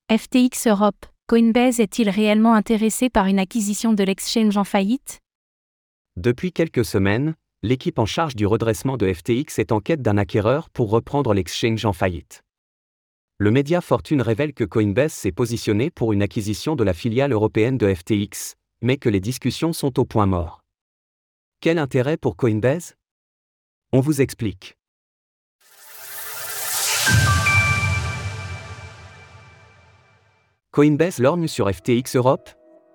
FTX Europe, Coinbase est-il réellement intéressé par une acquisition de l'exchange en faillite ? Depuis quelques semaines, l'équipe en charge du redressement de FTX est en quête d'un acquéreur pour reprendre l'exchange en faillite. Le média Fortune révèle que Coinbase s'est positionné pour une acquisition de la filiale européenne de FTX, mais que les discussions sont au point mort. Quel intérêt pour Coinbase ? On vous explique. Coinbase lorgne sur FTX Europe ?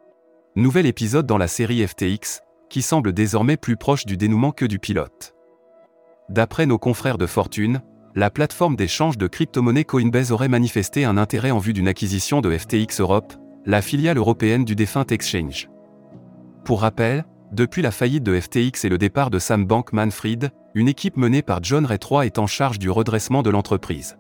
Nouvel épisode dans la série FTX, qui semble désormais plus proche du dénouement que du pilote. D'après nos confrères de Fortune, la plateforme d'échange de crypto-monnaies Coinbase aurait manifesté un intérêt en vue d'une acquisition de FTX Europe, la filiale européenne du défunt exchange. Pour rappel, depuis la faillite de FTX et le départ de Sam Bankman-Fried, une équipe menée par John Ray III est en charge du redressement de l'entreprise.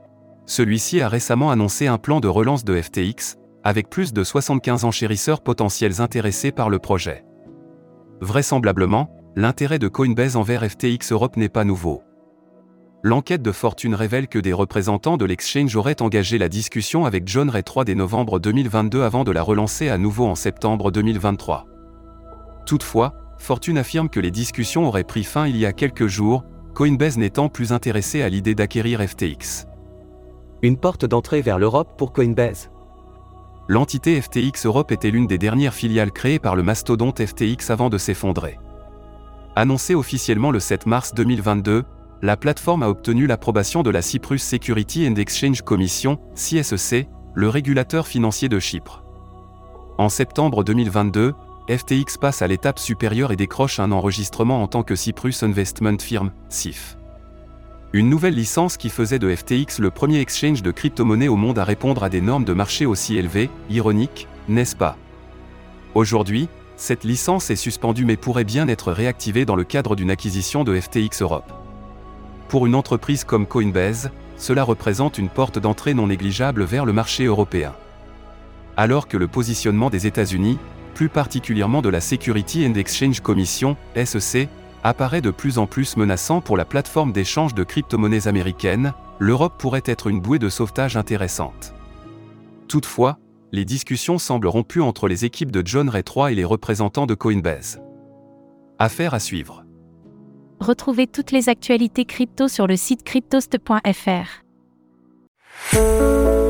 Celui-ci a récemment annoncé un plan de relance de FTX, avec plus de 75 enchérisseurs potentiels intéressés par le projet. Vraisemblablement, l'intérêt de Coinbase envers FTX Europe n'est pas nouveau. L'enquête de Fortune révèle que des représentants de l'exchange auraient engagé la discussion avec John Ray III dès novembre 2022 avant de la relancer à nouveau en septembre 2023. Toutefois, Fortune affirme que les discussions auraient pris fin il y a quelques jours, Coinbase n'étant plus intéressé à l'idée d'acquérir FTX. Une porte d'entrée vers l'Europe pour Coinbase. L'entité FTX Europe était l'une des dernières filiales créées par le mastodonte FTX avant de s'effondrer. Annoncée officiellement le 7 mars 2022, la plateforme a obtenu l'approbation de la Cyprus Security and Exchange Commission, CSEC, le régulateur financier de Chypre. En septembre 2022, FTX passe à l'étape supérieure et décroche un enregistrement en tant que Cyprus Investment Firm, CIF. Une nouvelle licence qui faisait de FTX le premier exchange de crypto-monnaies au monde à répondre à des normes de marché aussi élevées, ironique, n'est-ce pas ? Aujourd'hui, cette licence est suspendue mais pourrait bien être réactivée dans le cadre d'une acquisition de FTX Europe. Pour une entreprise comme Coinbase, cela représente une porte d'entrée non négligeable vers le marché européen. Alors que le positionnement des États-Unis, plus particulièrement de la Security and Exchange Commission, SEC, apparaît de plus en plus menaçant pour la plateforme d'échange de crypto-monnaies américaine, l'Europe pourrait être une bouée de sauvetage intéressante. Toutefois, les discussions semblent rompues entre les équipes de John Ray III et les représentants de Coinbase. Affaire à suivre. Retrouvez toutes les actualités crypto sur le site cryptost.fr.